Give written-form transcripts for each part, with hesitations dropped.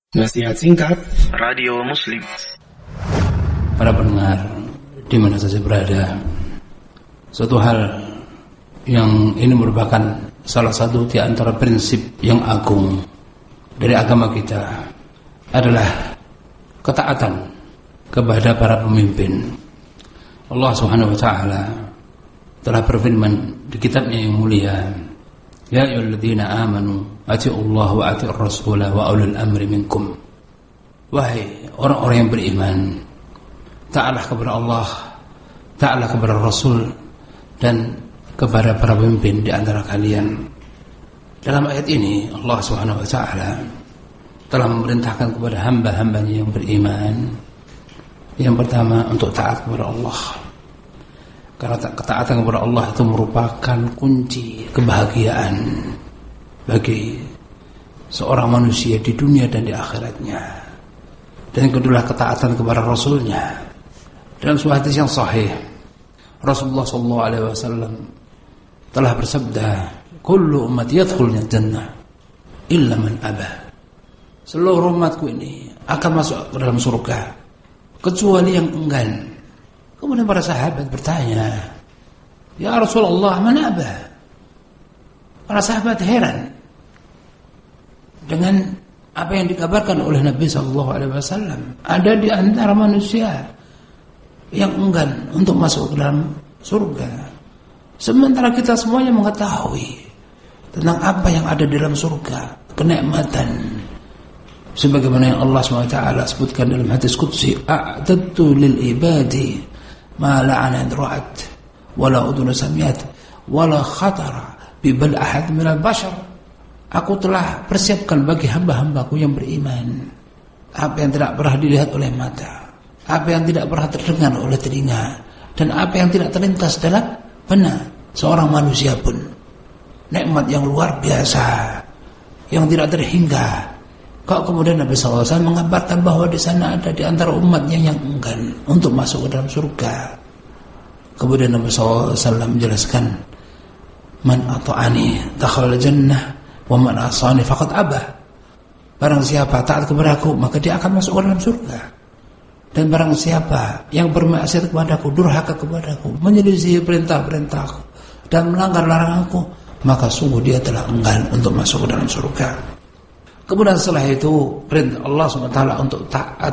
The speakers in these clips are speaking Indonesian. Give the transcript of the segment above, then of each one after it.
Nasihat singkat Radio Muslim. Para pendengar di mana saja berada, suatu hal yang ini merupakan salah satu di antara prinsip yang agung dari agama kita adalah ketaatan kepada para pemimpin. Allah Subhanahu wa taala telah berfirman di kitabnya yang mulia, ya ayyuhalladzina amanu atiiullaha wa atiiur rasula wa ulul amri minkum. Wahai orang-orang yang beriman, taatlah kepada Allah, taatlah kepada Rasul dan kepada para pemimpin di antara kalian. Dalam ayat ini Allah Subhanahu wa taala telah memerintahkan kepada hamba-hambanya yang beriman, yang pertama untuk taat kepada Allah. Karena ketaatan kepada Allah itu merupakan kunci kebahagiaan bagi seorang manusia di dunia dan di akhiratnya. Dan yang kedua, ketaatan kepada Rasulnya. Dalam sebuah hadis yang sahih, Rasulullah SAW telah bersabda, kullu ummati yadkhulul jannah illa man aba. Seluruh umatku ini akan masuk ke dalam surga kecuali yang enggan. Kemudian para sahabat bertanya, ya Rasulullah, mana aba? Para sahabat heran dengan apa yang dikabarkan oleh Nabi SAW. Ada di antara manusia yang enggan untuk masuk ke dalam surga, sementara kita semuanya mengetahui tentang apa yang ada di dalam surga, kenikmatan. Sebagaimana yang Allah SWT sebutkan dalam hadis qudsi, a'dadtu lil ibadi ma la'ana ra'at wala udhun sami'at wala khatara bi bal ahad minal bashar. Aku telah persiapkan bagi hamba-hambaku yang beriman apa yang tidak pernah dilihat oleh mata, apa yang tidak pernah terdengar oleh telinga, dan apa yang tidak terlintas dalam benak seorang manusia pun. Nikmat yang luar biasa yang tidak terhingga. Kok kemudian Nabi SAW mengabarkan bahwa di sana ada di antara umatnya yang enggan untuk masuk ke dalam surga. Kemudian Nabi SAW menjelaskan, man ata'ani dakhala jannah wa man asani faqad abah. Barang siapa taat kepadaku maka dia akan masuk ke dalam surga. Dan barang siapa yang bermaksiat kepadaku, durhaka kepadaku, menyelisihi perintah-perintahku dan melanggar laranganku, maka sungguh dia telah enggan untuk masuk ke dalam surga. Kemudian setelah itu perintah Allah SWT untuk taat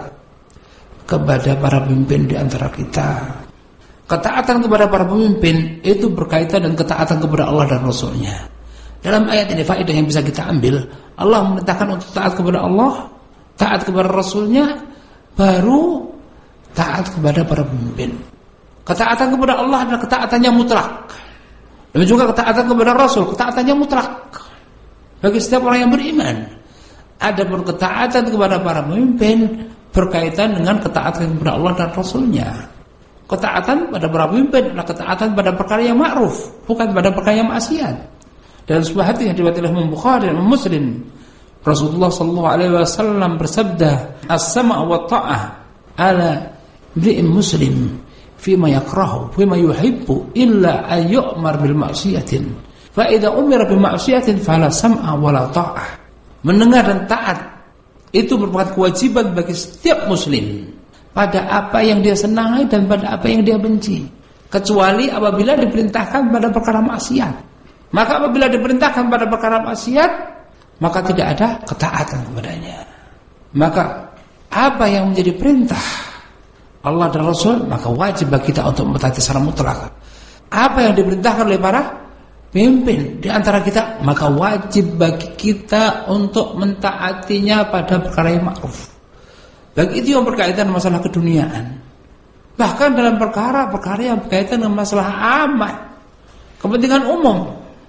kepada para pemimpin di antara kita. Ketaatan kepada para pemimpin itu berkaitan dengan ketaatan kepada Allah dan Rasulnya. Dalam ayat ini faedah yang bisa kita ambil, Allah memerintahkan untuk taat kepada Allah, taat kepada Rasulnya, baru taat kepada para pemimpin. Ketaatan kepada Allah adalah ketaatannya mutlak. Dan juga ketaatan kepada Rasul, ketaatannya mutlak bagi setiap orang yang beriman. Adapun ketaatan kepada para pemimpin berkaitan dengan ketaatan kepada Allah dan Rasulnya. Ketaatan pada para pemimpin adalah ketaatan pada perkara yang ma'ruf, bukan pada perkara yang maksiat. Dan sebuah hadis yang diriwayatkan oleh Imam Bukhari dan Muslim, Rasulullah SAW bersabda, as-sama' wa ta'ah ala imri'in muslim fima yakrahu fima yuhibbu illa an yu'mar bil ma'siyatin fa idza umira bil ma'siyatin fala sam'a wa la ta'ah. Mendengar dan taat itu merupakan kewajiban bagi setiap muslim pada apa yang dia senangi dan pada apa yang dia benci, kecuali apabila diperintahkan pada perkara maksiat. Maka apabila diperintahkan pada perkara maksiat, maka tidak ada ketaatan kepadanya. Maka apa yang menjadi perintah Allah dan Rasul, maka wajib bagi kita untuk mentaati secara mutlak. Apa yang diperintahkan oleh para pemimpin di antara kita, maka wajib bagi kita untuk mentaatinya pada perkara yang ma'ruf. Bagi itu yang berkaitan dengan masalah keduniaan. Bahkan dalam perkara-perkara yang berkaitan dengan masalah amat, kepentingan umum.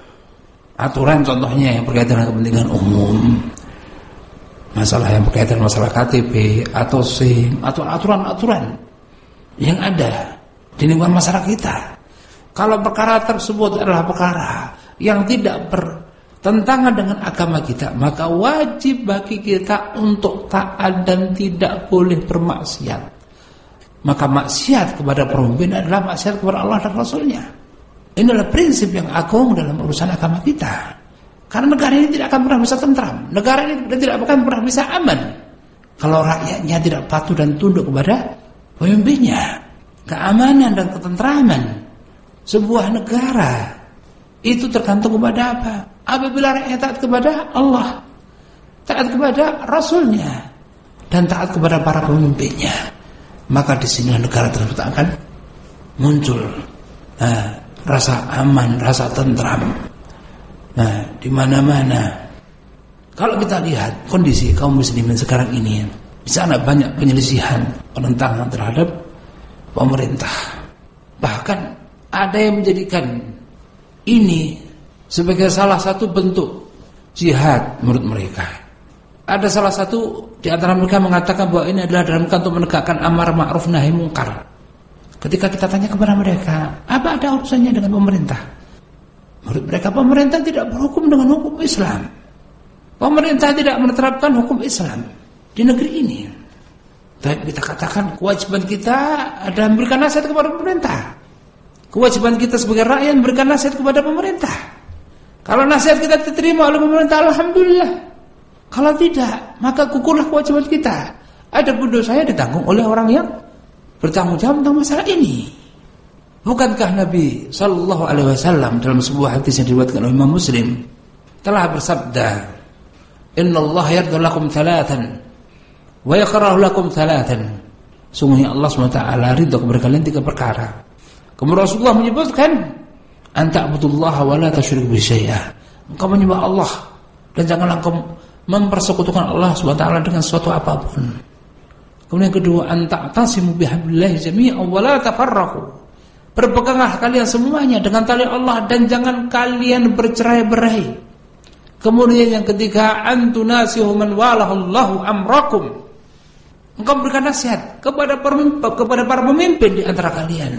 Aturan contohnya yang berkaitan dengan kepentingan umum. Masalah yang berkaitan dengan masalah KTP atau SIM atau aturan-aturan yang ada di lingkungan masyarakat kita. Kalau perkara tersebut adalah perkara yang tidak bertentangan dengan agama kita, maka wajib bagi kita untuk taat dan tidak boleh bermaksiat. Maka maksiat kepada pemimpin adalah maksiat kepada Allah dan Rasulnya. Ini adalah prinsip yang agung dalam urusan agama kita. Karena negara ini tidak akan pernah bisa tentram, negara ini tidak akan pernah bisa aman kalau rakyatnya tidak patuh dan tunduk kepada pemimpinnya. Keamanan dan ketentraman sebuah negara itu tergantung kepada apa? Apabila rakyat taat kepada Allah, taat kepada Rasulnya, dan taat kepada para pemimpinnya, maka di sini negara tersebut akan muncul rasa aman, rasa tentram. Di mana-mana. Kalau kita lihat kondisi kaum muslimin sekarang ini, di sana banyak penyelisihan, penentangan terhadap pemerintah. Bahkan ada yang menjadikan ini sebagai salah satu bentuk jihad menurut mereka. Ada salah satu di antara mereka mengatakan bahwa ini adalah dalam rangka untuk menegakkan amar ma'ruf nahi mungkar. Ketika kita tanya kepada mereka, apa ada urusannya dengan pemerintah? Menurut mereka pemerintah tidak berhukum dengan hukum Islam. Pemerintah tidak menerapkan hukum Islam di negeri ini. Tapi kita katakan kewajiban kita adalah memberikan nasihat kepada pemerintah. Kewajiban kita sebagai rakyat memberikan nasihat kepada pemerintah. Kalau nasihat kita diterima oleh pemerintah, alhamdulillah. Kalau tidak, maka gugurlah kewajiban kita. Adapun dosanya ditanggung oleh orang yang bertanggung jawab tentang masalah ini. Bukankah Nabi sallallahu alaihi wasallam dalam sebuah hadis yang diriwayatkan oleh Imam Muslim telah bersabda, "Innallaha yarda lakum thalathan wa yakrahu lakum thalathan." Sungguhnya Allah SWT ridha kepada kalian 3 perkara. Kemudian Rasulullah menyebutkan, "An ta'budullaha wa la tusyriku bihi syai'a." Engkau menyembah Allah dan janganlah engkau mempersekutukan Allah SWT dengan sesuatu apapun. Kemudian yang kedua, "An ta'tasimu bihablillahi jami'an wa la tafarraqu." Berpeganglah kalian semuanya dengan tali Allah dan jangan kalian bercerai-berai. Kemudian yang ketiga, "Antunasihu man walahullahu amrakum." Engkau berikan nasihat kepada para pemimpin di antara kalian.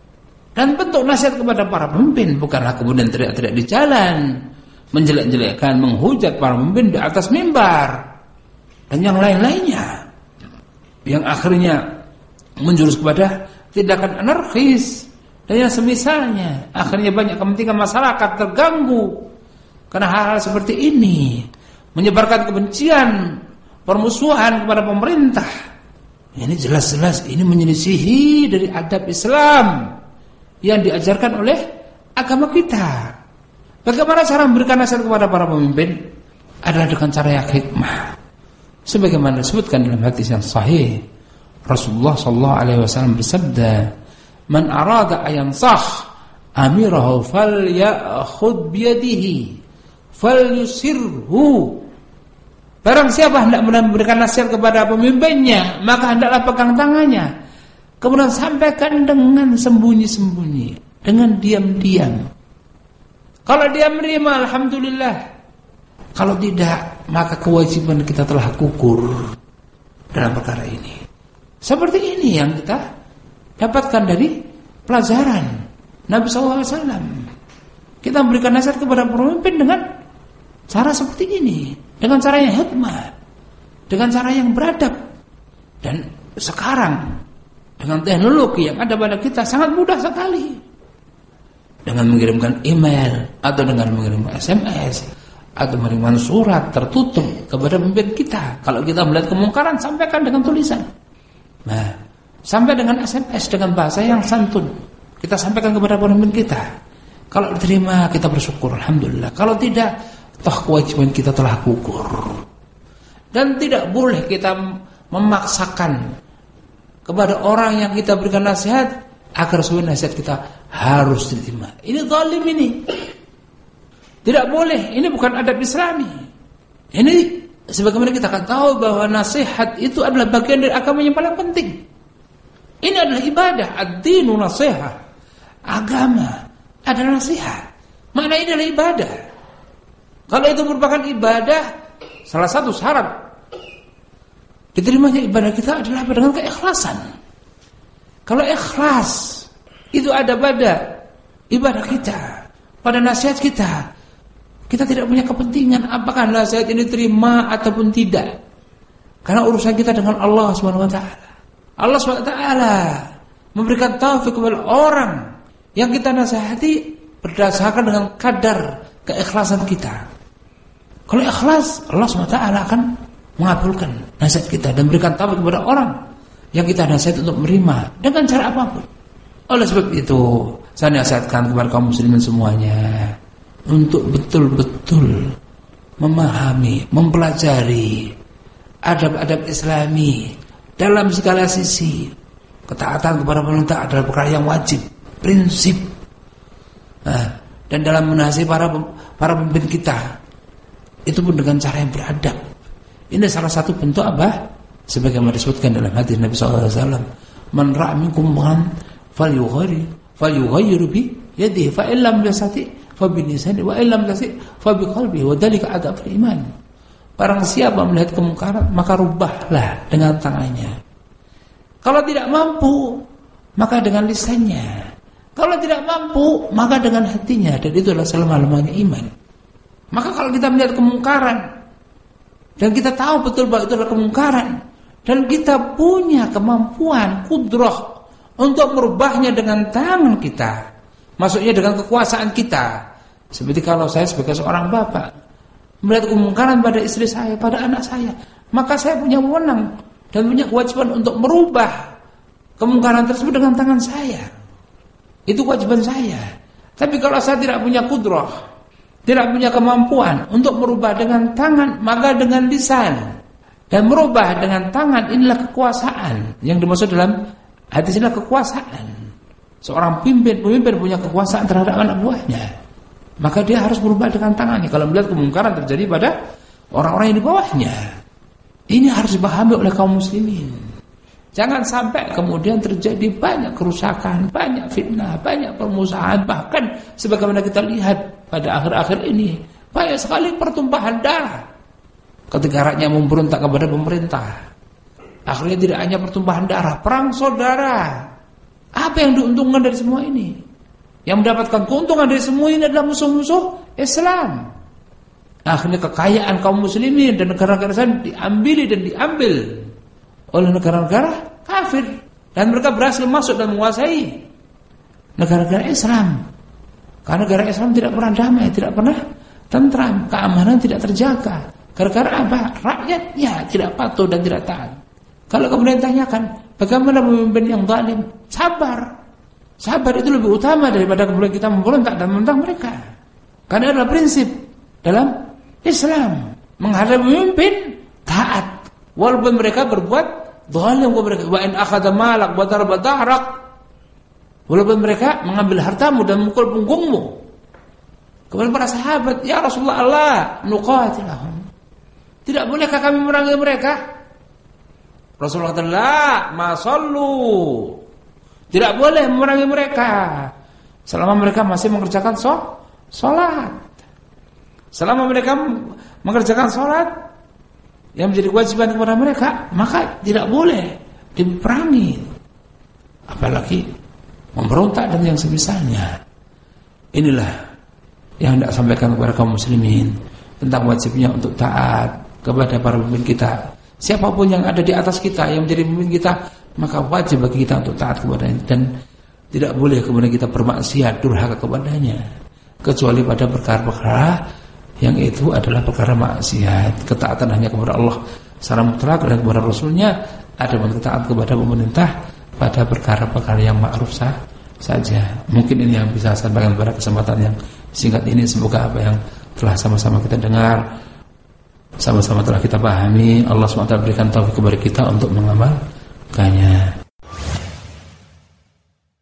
Dan bentuk nasihat kepada para pemimpin bukanlah kemudian teriak-teriak di jalan, menjelek-jelekkan, menghujat para pemimpin di atas mimbar dan yang lain-lainnya, yang akhirnya menjurus kepada tindakan anarkis dan yang semisalnya. Akhirnya banyak kepentingan masyarakat terganggu karena hal-hal seperti ini, menyebarkan kebencian, permusuhan kepada pemerintah. Ini jelas-jelas ini menyelisihi dari adab Islam yang diajarkan oleh agama kita. Bagaimana cara memberikan nasihat kepada para pemimpin? Adalah dengan cara yang hikmah. Sebagaimana disebutkan dalam hadis yang sahih, Rasulullah SAW bersabda, "Man arada ayansah amirahu falyakhud biyadihi falyusirhu." Barang siapa hendak memberikan nasihat kepada pemimpinnya, maka hendaklah pegang tangannya, kemudian sampaikan dengan sembunyi-sembunyi, dengan diam-diam. Kalau dia menerima, alhamdulillah. Kalau tidak, maka kewajiban kita telah gugur dalam perkara ini. Seperti ini yang kita dapatkan dari pelajaran Nabi SAW. Kita memberikan nasihat kepada pemimpin dengan cara seperti ini, dengan cara yang hikmah, dengan cara yang beradab. Dan sekarang dengan teknologi yang ada pada kita sangat mudah sekali. Dengan mengirimkan email atau dengan mengirimkan SMS atau mengirimkan surat tertutup kepada pemimpin kita. Kalau kita melihat kemungkaran, sampaikan dengan tulisan. Sampai dengan SMS dengan bahasa yang santun, kita sampaikan kepada pemimpin kita. Kalau diterima, kita bersyukur, alhamdulillah. Kalau tidak, toh kewajiban kita telah gugur. Dan tidak boleh kita memaksakan kepada orang yang kita berikan nasihat agar sebuah nasihat kita harus diterima. Ini zalim ini. Tidak boleh. Ini bukan adab Islami. Ini sebagaimana kita akan tahu bahwa nasihat itu adalah bagian dari agama yang paling penting. Ini adalah ibadah. Ad-dinu nasihat. Agama adalah nasihat. Makna ini adalah ibadah. Kalau itu merupakan ibadah, salah satu syarat diterimanya ibadah kita adalah dengan keikhlasan. Kalau ikhlas itu ada pada ibadah kita, pada nasihat kita, kita tidak punya kepentingan apakah nasihat ini terima ataupun tidak. Karena urusan kita dengan Allah SWT. Allah SWT memberikan taufik kepada orang yang kita nasihati berdasarkan dengan kadar keikhlasan kita. Kalau ikhlas, Allah SWT akan mengabulkan nasihat kita dan berikan taufik kepada orang yang kita nasihat untuk menerima dengan cara apapun. Oleh sebab itu, saya nasihatkan kepada kaum muslimin semuanya untuk betul-betul memahami, mempelajari adab-adab Islami dalam segala sisi. Ketaatan kepada pemerintah adalah perkara yang wajib, prinsip. Dan dalam menasihati para pemimpin kita, itu pun dengan cara yang beradab. Ini salah satu bentuk apa? Sebagaimana disebutkan dalam hadis Nabi SAW, man ra'a minkum munkaran falyughayyir bi yadihi fa illam yastati fa bi lisanihi wa illam yastati fa bi qalbihi wa dzalika adabul iman. Barang siapa melihat kemungkaran, maka rubahlah dengan tangannya. Kalau tidak mampu, maka dengan lisannya. Kalau tidak mampu, maka dengan hatinya. Dan itu adalah selemah-lemahnya iman. Maka kalau kita melihat kemungkaran dan kita tahu betul bahwa itu adalah kemungkaran, dan kita punya kemampuan, kudrah untuk merubahnya dengan tangan kita, maksudnya dengan kekuasaan kita. Seperti kalau saya sebagai seorang bapak melihat kemungkaran pada istri saya, pada anak saya, maka saya punya wewenang dan punya kewajiban untuk merubah kemungkaran tersebut dengan tangan saya. Itu kewajiban saya. Tapi kalau saya tidak punya kudrah, tidak punya kemampuan untuk merubah dengan tangan, maka dengan lisan. Dan merubah dengan tangan inilah kekuasaan. Yang dimaksud dalam hadis inilah kekuasaan. Seorang pemimpin punya kekuasaan terhadap anak buahnya, maka dia harus berubah dengan tangannya kalau melihat kemungkaran terjadi pada orang-orang yang di bawahnya. Ini harus dipahami oleh kaum muslimin. Jangan sampai kemudian terjadi banyak kerusakan, banyak fitnah, banyak permusuhan. Bahkan sebagaimana kita lihat pada akhir-akhir ini, banyak sekali pertumpahan darah ketika rakyat memberontak kepada pemerintah. Akhirnya tidak hanya pertumpahan darah, perang saudara. Apa yang diuntungkan dari semua ini? Yang mendapatkan keuntungan dari semua ini adalah musuh-musuh Islam. Akhirnya kekayaan kaum muslimin dan negara-negara Islam diambil oleh negara-negara kafir, dan mereka berhasil masuk dan menguasai negara-negara Islam. Karena negara Islam tidak pernah damai, tidak pernah tentram, keamanan tidak terjaga. Gara-gara apa? Rakyatnya tidak patuh dan tidak taat. Kalau kemudian tanyakan, bagaimana pemimpin yang zalim? Sabar. Sabar itu lebih utama daripada kemudian kita memberontak dan menentang mereka. Karena adalah prinsip dalam Islam. Menghadapi pemimpin, taat. Walaupun mereka berbuat zalim kepada mereka. Wa in akhadha malak wa daraba dahrak. Walaupun mereka mengambil hartamu dan memukul punggungmu. Kemudian para sahabat, ya Rasulullah, Allah nuqatilahum. Tidak bolehkah kami memerangi mereka? Rasulullah kata, la ma sallu. Tidak boleh memerangi mereka selama mereka masih mengerjakan sholat. Selama mereka mengerjakan sholat yang menjadi kewajiban kepada mereka, maka tidak boleh diperangi. Apalagi memberontak dan yang semisalnya. Inilah yang hendak sampaikan kepada kaum muslimin tentang wajibnya untuk taat kepada para pemimpin kita. Siapapun yang ada di atas kita, yang menjadi pemimpin kita, maka wajib bagi kita untuk taat kepadanya. Dan tidak boleh kemudian kita bermaksiat, durhaka kepadanya, kecuali pada perkara-perkara yang itu adalah perkara maksiat. Ketaatan hanya kepada Allah secara mutlak dan kepada Rasulnya. Ada ketaatan kepada pemerintah pada perkara-perkara yang ma'ruf saja. Mungkin ini yang bisa saya sampaikan pada kesempatan yang singkat ini. Semoga apa yang telah sama-sama kita dengar, sama-sama telah kita pahami, Allah SWT berikan taufik kepada kita untuk mengamalkannya.